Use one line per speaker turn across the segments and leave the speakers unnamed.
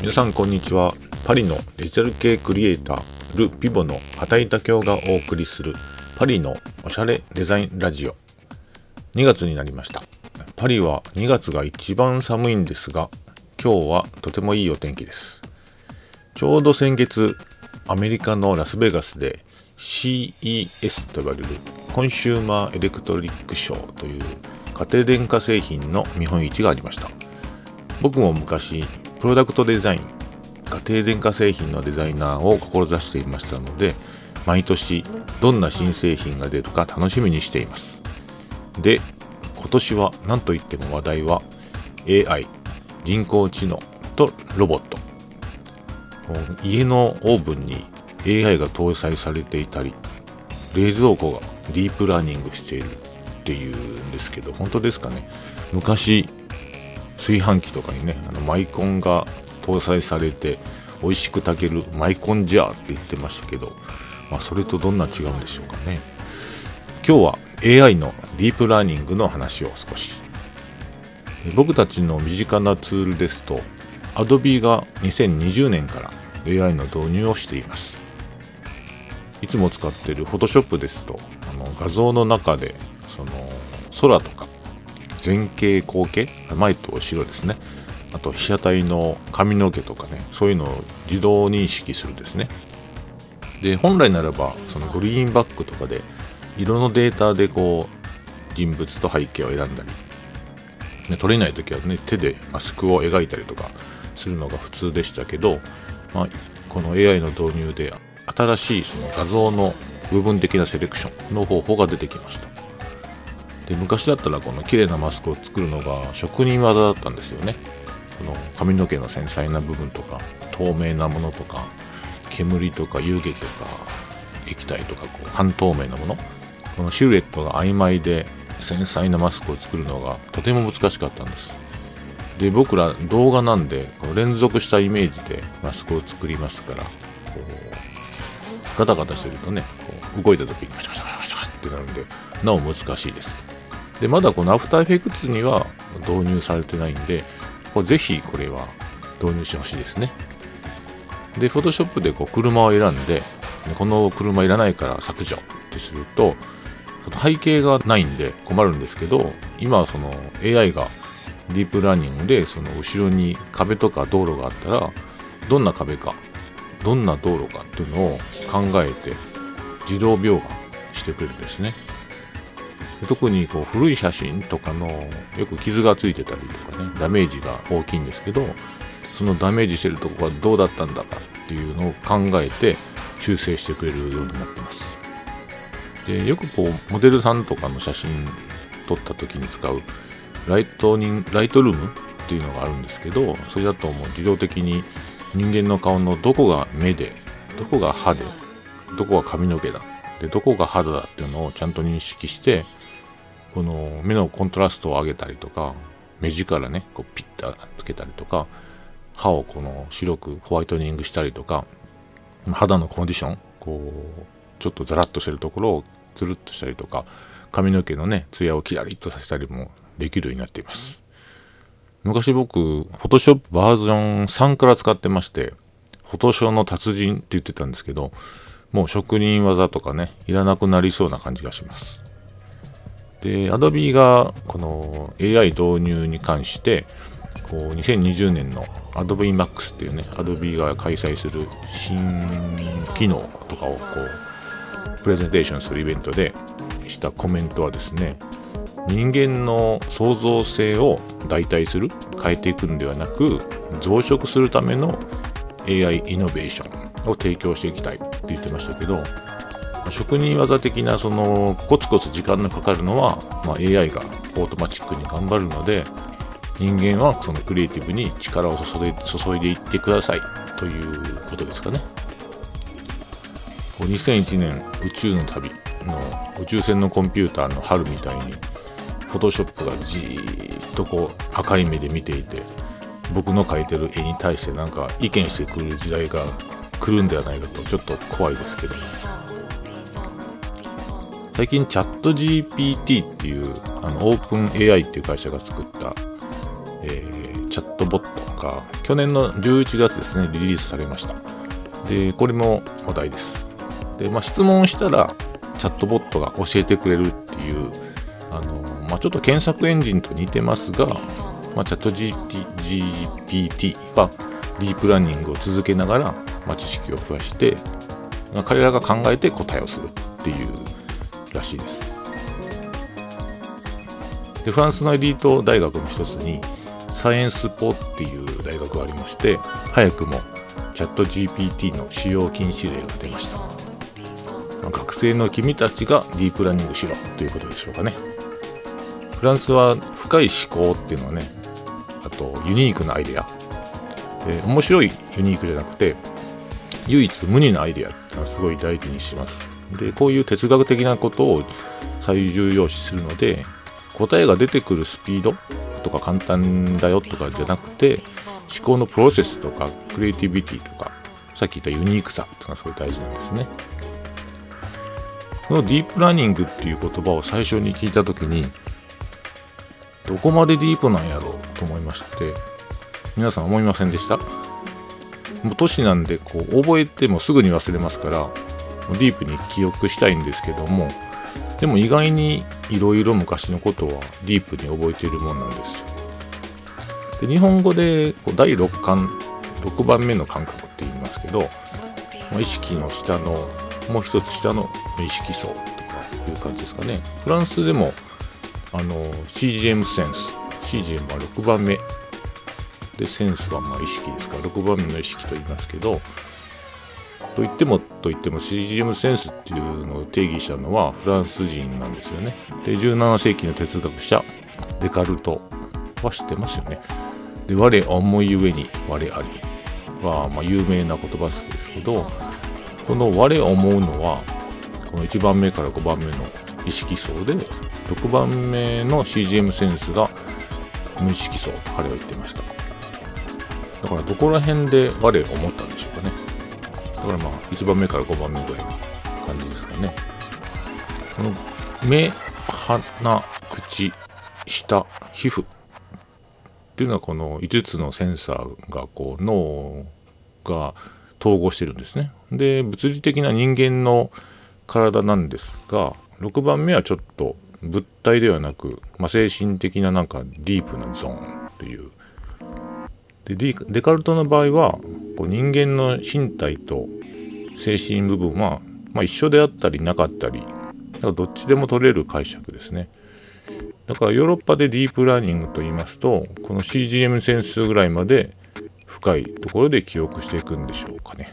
皆さんこんにちは。パリのデジタル系クリエイタールピボの畑井武雄がお送りするパリのおしゃれデザインラジオ。2月になりました。パリは2月が一番寒いんですが、今日はとてもいいお天気です。ちょうど先月アメリカのラスベガスで CES と呼ばれるコンシューマーエレクトリックショーという家庭電化製品の見本市がありました。僕も昔プロダクトデザイン、家庭電化製品のデザイナーを志していましたので、毎年どんな新製品が出るか楽しみにしています。で、今年は何といっても話題は AI、人工知能とロボット。家のオーブンに AI が搭載されていたり、冷蔵庫がディープラーニングしているっていうんですけど、本当ですかね。昔炊飯器とかにね、マイコンが搭載されて美味しく炊けるマイコンジャーって言ってましたけど、それとどんな違うんでしょうかね。今日は AI のディープラーニングの話を少し。僕たちの身近なツールですと Adobe が2020年から AI の導入をしています。いつも使っている Photoshop ですと画像の中で空とか前景後景、前と後ろですね、あと被写体の髪の毛とかね、そういうのを自動認識するですね。で、本来ならばグリーンバックとかで色のデータで人物と背景を選んだり、撮れないときはね、手でマスクを描いたりとかするのが普通でしたけど、この AI の導入で新しい画像の部分的なセレクションの方法が出てきました。で、昔だったらこの綺麗なマスクを作るのが職人技だったんですよね。この髪の毛の繊細な部分とか透明なものとか煙とか湯気とか液体とか半透明なもの、このシルエットが曖昧で繊細なマスクを作るのがとても難しかったんです。で、僕ら動画なんで連続したイメージでマスクを作りますから、ガタガタしてるとね、動いた時にガチャガチャガチャガチャってなるんで、なお難しいです。で、まだこのアフターエフェクツには導入されてないんで、ぜひこれは導入してほしいですね。で、フォトショップで車を選んで、この車いらないから削除ってすると、背景がないんで困るんですけど、今はAI がディープラーニングで後ろに壁とか道路があったら、どんな壁かどんな道路かっていうのを考えて自動描画してくれるんですね。特に古い写真とかのよく傷がついてたりとかね、ダメージが大きいんですけど、そのダメージしてるところはどうだったんだかっていうのを考えて修正してくれるようになってます。で、よくモデルさんとかの写真撮った時に使うライトルームっていうのがあるんですけど、それだともう自動的に人間の顔のどこが目で、どこが歯で、どこが髪の毛だで、どこが肌だっていうのをちゃんと認識して、この目のコントラストを上げたりとか、目力ねピッとつけたりとか、歯を白くホワイトニングしたりとか、肌のコンディションちょっとザラッとしてるところをツルッとしたりとか、髪の毛のねツヤをキラリッとさせたりもできるようになっています。昔僕Photoshopバージョン3から使ってまして、フォトショーの達人って言ってたんですけど、もう職人技とかねいらなくなりそうな感じがします。で、Adobe がこの AI 導入に関して2020年の Adobe Max っていうね、 Adobe が開催する新機能とかをプレゼンテーションするイベントでしたコメントはですね、人間の創造性を代替する、変えていくんではなく、増殖するための AI イノベーションを提供していきたいって言ってましたけど、職人技的なコツコツ時間のかかるのは、AI がオートマチックに頑張るので、人間はクリエイティブに力を注いでいってくださいということですかね。2001年宇宙の旅の宇宙船のコンピューターの春みたいに、フォトショップがじーっと赤い目で見ていて、僕の描いてる絵に対して意見してくる時代が来るんではないかとちょっと怖いですけど、最近チャット GPT っていうオープン AI っていう会社が作った、チチャットボットが去年の11月ですね、リリースされました。で、これも話題です。で、質問したらチャットボットが教えてくれるっていう、ちょっと検索エンジンと似てますが、チャット GPT はディープラーニングを続けながら、知識を増やして、彼らが考えて答えをするっていうらしいです。で、フランスのエリート大学の一つにサイエンスポっていう大学がありまして、早くもチャット GPT の使用禁止令が出ました。学生の君たちがディープラーニングしろということでしょうかね。フランスは深い思考っていうのはね、あとユニークなアイデア、面白いユニークじゃなくて唯一無二のアイデアっていうのはすごい大事にします。で、こういう哲学的なことを最重要視するので、答えが出てくるスピードとか簡単だよとかじゃなくて、思考のプロセスとかクリエイティビティとか、さっき言ったユニークさっていうのがすごい大事なんですね。このディープラーニングっていう言葉を最初に聞いたときに、どこまでディープなんやろうと思いまして、皆さん思いませんでした？もう年なんで覚えてもすぐに忘れますから、ディープに記憶したいんですけども、でも意外にいろいろ昔のことはディープに覚えているもんなんですよ。で、日本語で第6感、6番目の感覚って言いますけど、意識の下のもう一つ下の意識層とかいう感じですかね。フランスでもCGM センス、CGM は6番目で、センスは意識ですから6番目の意識と言いますけど、といっても CGM センスっていうのを定義したのはフランス人なんですよね。で、17世紀の哲学者デカルトは知ってますよね。で、我思いゆえに我ありは有名な言葉ですけど、この我思うのはこの1番目から5番目の意識層で、6番目の CGM センスが無意識層と彼は言ってました。だからどこら辺で我思ったんでしょうかね。だから1番目から5番目ぐらいの感じですかね。この目、鼻、口、舌、皮膚っていうのはこの5つのセンサーが脳が統合してるんですね。で、物理的な人間の体なんですが、6番目はちょっと物体ではなく、精神的なディープなゾーンっていう。で、デカルトの場合は人間の身体と精神部分は、一緒であったりなかったり、どっちでも取れる解釈ですね。だからヨーロッパでディープラーニングと言いますと、この CGM センスぐらいまで深いところで記憶していくんでしょうかね。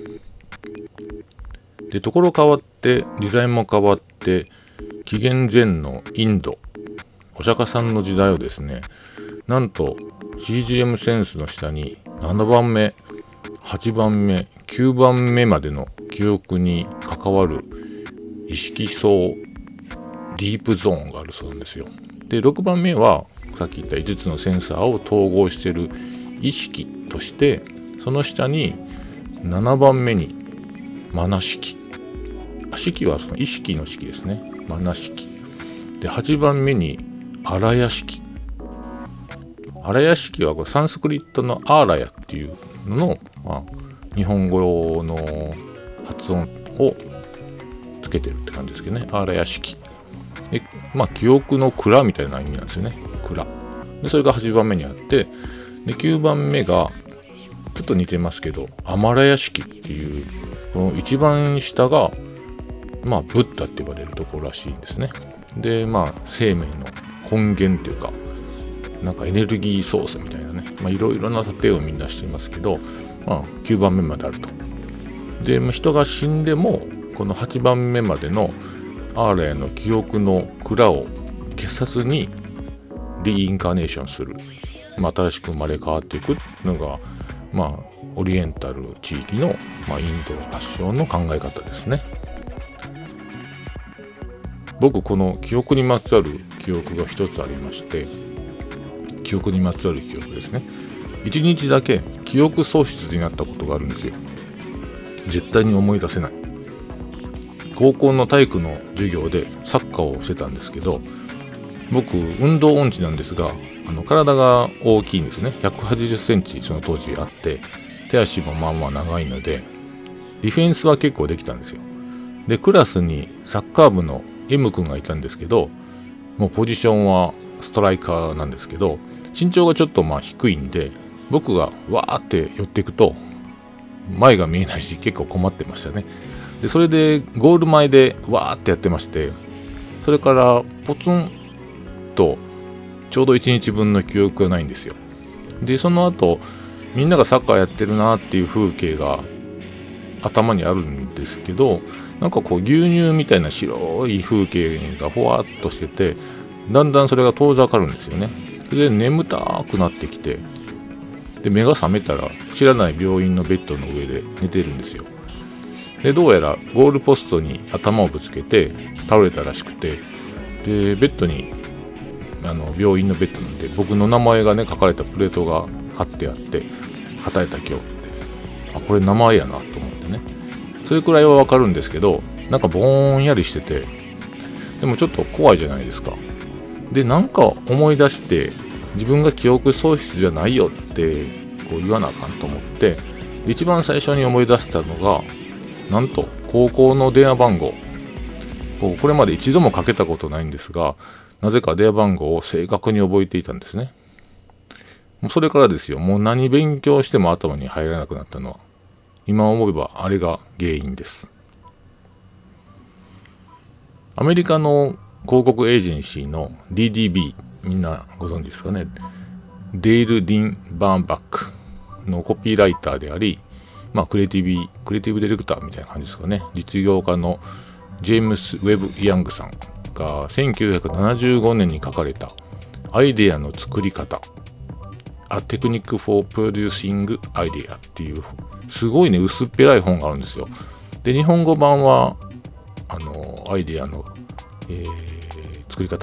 で、ところ変わって時代も変わって、紀元前のインドお釈迦さんの時代をですね、なんと CGM センスの下に7番目、8番目、9番目までの記憶に関わる意識層ディープゾーンがあるそうなんですよ。で、6番目はさっき言った5つのセンサーを統合している意識として、その下に7番目にマナ式、式はその意識の式ですね、マナ式で、8番目にアラヤ式。アラヤ式はサンスクリットのアーラヤっていうのの、日本語の発音をつけてるって感じですけどね。アーラヤ式で、記憶の蔵みたいな意味なんですよね。蔵で、それが8番目にあって、で9番目がちょっと似てますけどアマラヤ式っていう、この一番下がブッダって呼ばれるところらしいんですね。で、生命の根源というか、エネルギーソースみたいなね、いろいろな例えをみんなしていますけど、9番目まであると。で、人が死んでもこの8番目までのアーラヤの記憶の蔵を消さずにリインカーネーションする、新しく生まれ変わっていくのが、オリエンタル地域の、インド発祥の考え方ですね。僕、この記憶にまつわる記憶が一つありまして、記憶にまつわる記憶ですね。1日だけ記憶喪失になったことがあるんですよ。絶対に思い出せない。高校の体育の授業でサッカーをしてたんですけど、 僕運動音痴なんですが、体が大きいんですね。180センチその当時あって、手足もまあまあ長いのでディフェンスは結構できたんですよ。でクラスにサッカー部の M 君がいたんですけど、もうポジションはストライカーなんですけど、身長がちょっとまあ低いんで、僕がわーって寄っていくと前が見えないし結構困ってましたね。でそれでゴール前でわーってやってまして、それからポツンとちょうど1日分の記憶がないんですよ。でその後みんながサッカーやってるなっていう風景が頭にあるんですけど、なんかこう牛乳みたいな白い風景がふわっとしてて、だんだんそれが遠ざかるんですよね。で眠たくなってきて、で目が覚めたら知らない病院のベッドの上で寝てるんですよ。でどうやらゴールポストに頭をぶつけて倒れたらしくて、でベッドに病院のベッドなんで僕の名前がね書かれたプレートが貼ってあって、畑田京って、これ名前やなと思ってね。それくらいはわかるんですけど、なんかぼんやりしてて、でもちょっと怖いじゃないですか。でなんか思い出して、自分が記憶喪失じゃないよってこう言わなあかんと思って、一番最初に思い出したのが、なんと高校の電話番号。これまで一度もかけたことないんですが、なぜか電話番号を正確に覚えていたんですね。もうそれからですよ、もう何勉強しても頭に入らなくなったのは、今思えばあれが原因です。アメリカの広告エージェンシーの DDB、 みんなご存知ですかね。デイル・ディン・バーンバックのコピーライターであり、クリエイティブディレクターみたいな感じですかね。実業家のジェームス・ウェブ・ヤングさんが1975年に書かれたアイデアの作り方、A Technique for Producing Idea っていうすごいね薄っぺらい本があるんですよ。で日本語版はアイデアの、作り方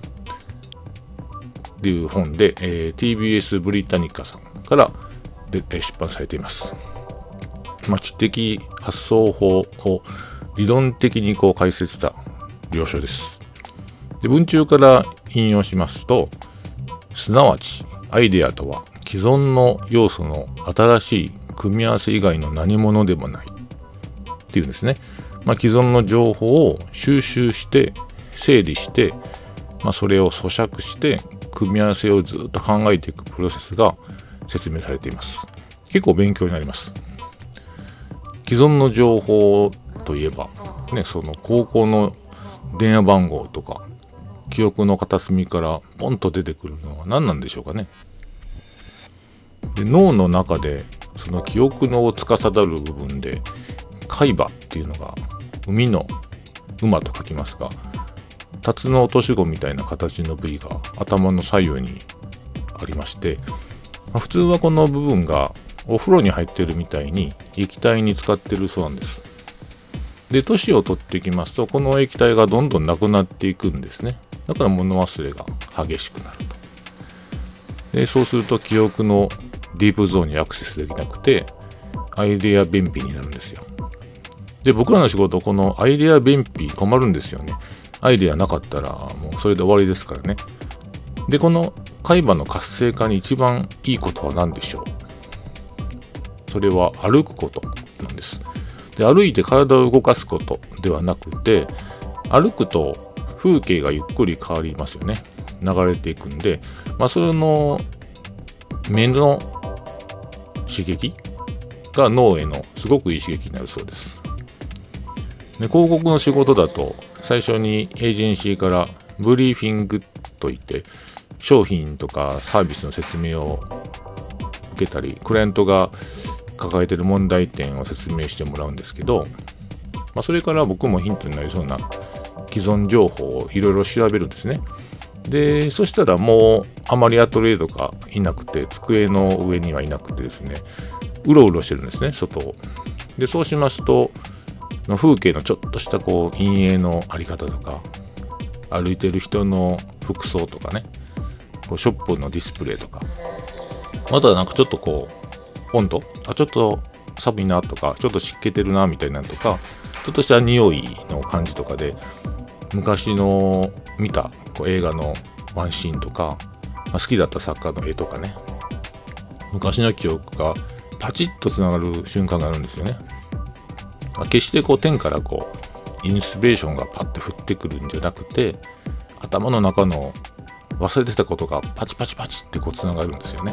っていう本で、TBS ブリタニカさんから出版されています。知的発想法を理論的に解説した了承です。で文中から引用しますと、すなわちアイデアとは既存の要素の新しい組み合わせ以外の何者でもないっていうんですね。既存の情報を収集して整理して、それを咀嚼して組み合わせをずっと考えていくプロセスが説明されています。結構勉強になります。既存の情報といえばね、その高校の電話番号とか記憶の片隅からポンと出てくるのは何なんでしょうかね。で脳の中でその記憶の司る部分で海馬っていうのが、海の馬と書きますが、タツノオトシゴみたいな形の部位が頭の左右にありまして、普通はこの部分がお風呂に入ってるみたいに液体に使ってるそうなんです。で年を取っていきますと、この液体がどんどんなくなっていくんですね。だから物忘れが激しくなると。でそうすると記憶のディープゾーンにアクセスできなくてアイデア便秘になるんですよ。で僕らの仕事、このアイデア便秘困るんですよね。アイデアなかったらもうそれで終わりですからね。でこの海馬の活性化に一番いいことは何でしょう。それは歩くことなんです。で歩いて体を動かすことではなくて、歩くと風景がゆっくり変わりますよね。流れていくんで、その目の刺激が脳へのすごくいい刺激になるそうです。で広告の仕事だと最初にエージェンシーからブリーフィングといって、商品とかサービスの説明を受けたり、クライアントが抱えている問題点を説明してもらうんですけど、それから僕もヒントになりそうな既存情報をいろいろ調べるんですね。でそしたらもうあまりアトリエとかいなくて、机の上にはいなくてですね、うろうろしてるんですね、外を。でそうしますと風景のちょっとした陰影のあり方とか、歩いてる人の服装とかね、ショップのディスプレイとか、またなんかちょっと温度、ちょっと寒いなとか、ちょっと湿気てるなみたいなのとか、ちょっとした匂いの感じとかで、昔の見た映画のワンシーンとか、好きだった作家の絵とかね、昔の記憶がパチッとつながる瞬間があるんですよね。決して天からインスピレーションがパッて降ってくるんじゃなくて、頭の中の忘れてたことがパチパチパチってつながるんですよね。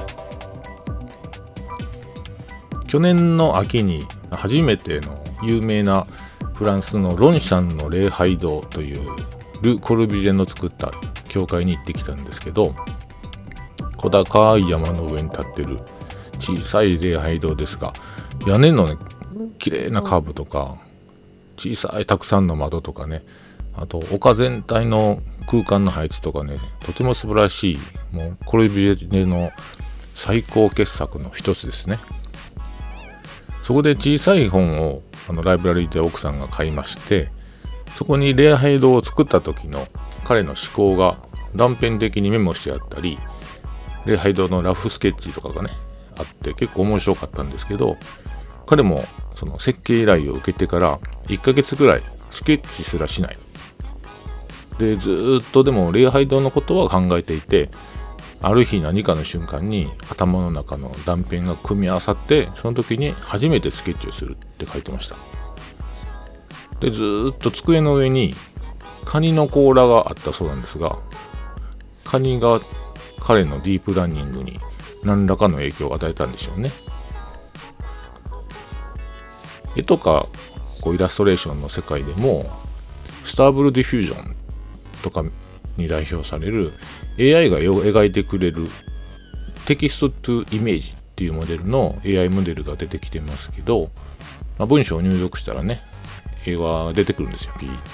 去年の秋に初めての有名なフランスのロンシャンの礼拝堂というル・コルビュジエの作った教会に行ってきたんですけど、小高い山の上に立ってる小さい礼拝堂ですが、屋根のね綺麗なカーブとか、小さいたくさんの窓とかね、あと丘全体の空間の配置とかね、とても素晴らしい、もうコルビュジエの最高傑作の一つですね。そこで小さい本をライブラリーで奥さんが買いまして、そこに礼拝堂を作った時の彼の思考が断片的にメモしてあったり、礼拝堂のラフスケッチとかがねあって結構面白かったんですけど、彼もその設計依頼を受けてから1ヶ月ぐらいスケッチすらしないで、ずっとでも礼拝堂のことは考えていて、ある日何かの瞬間に頭の中の断片が組み合わさって、その時に初めてスケッチをするって書いてました。で、ずっと机の上にカニの甲羅があったそうなんですが、カニが彼のディープランニングに何らかの影響を与えたんでしょうね。絵とかイラストレーションの世界でも、スターブルディフュージョンとかに代表される AI が絵を描いてくれるテキストトゥイメージっていうモデルの AI モデルが出てきてますけど、文章を入力したらね、絵が出てくるんですよ、ピーって。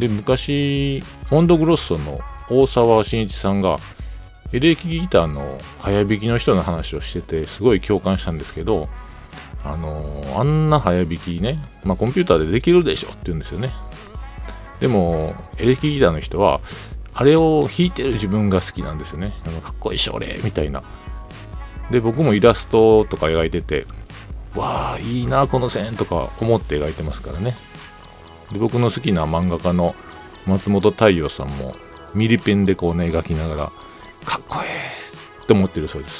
で、昔モンドグロッソの大沢慎一さんがエレキギターの早弾きの人の話をしてて、すごい共感したんですけど、あんな早弾きね、コンピューターでできるでしょって言うんですよね。でもエレキギターの人はあれを弾いてる自分が好きなんですよね。かっこいいし俺みたいな。で、僕もイラストとか描いてて、わあいいなこの線とか思って描いてますからね。で、僕の好きな漫画家の松本太陽さんもミリペンで描きながらかっこいいって思ってるそうです。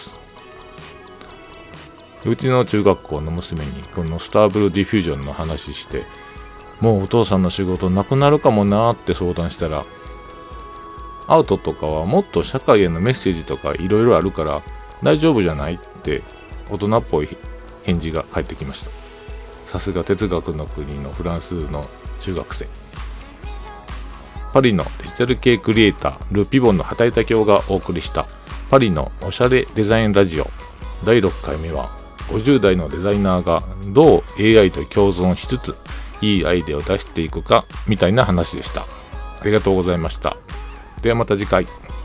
うちの中学校の娘にこのスターブルディフュージョンの話して、もうお父さんの仕事なくなるかもなーって相談したら、アウトとかはもっと社会へのメッセージとかいろいろあるから大丈夫じゃないって大人っぽい返事が返ってきました。さすが哲学の国のフランスの中学生。パリのデジタル系クリエイタール・ピボンの畑井武雄がお送りしたパリのおしゃれデザインラジオ第6回目は、50代のデザイナーがどう AI と共存しつついいアイデアを出していくかみたいな話でした。ありがとうございました。ではまた次回。